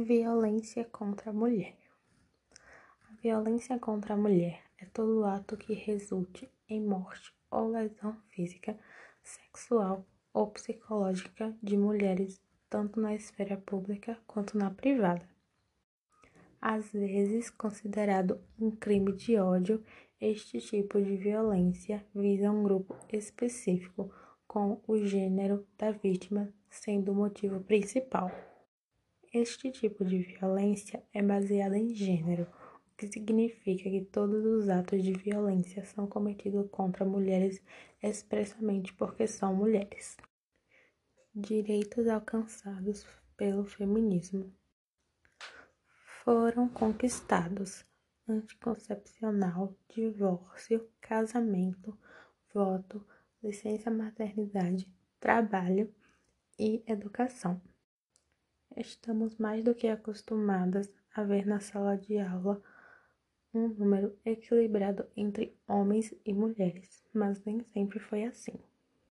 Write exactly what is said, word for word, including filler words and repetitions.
Violência contra a mulher. A violência contra a mulher é todo ato que resulte em morte ou lesão física, sexual ou psicológica de mulheres, tanto na esfera pública quanto na privada. Às vezes considerado um crime de ódio, este tipo de violência visa um grupo específico, com o gênero da vítima sendo o motivo principal. Este tipo de violência é baseada em gênero, o que significa que todos os atos de violência são cometidos contra mulheres expressamente porque são mulheres. Direitos alcançados pelo feminismo foram conquistados: anticoncepcional, divórcio, casamento, voto, licença maternidade, trabalho e educação. Estamos mais do que acostumadas a ver na sala de aula um número equilibrado entre homens e mulheres, mas nem sempre foi assim.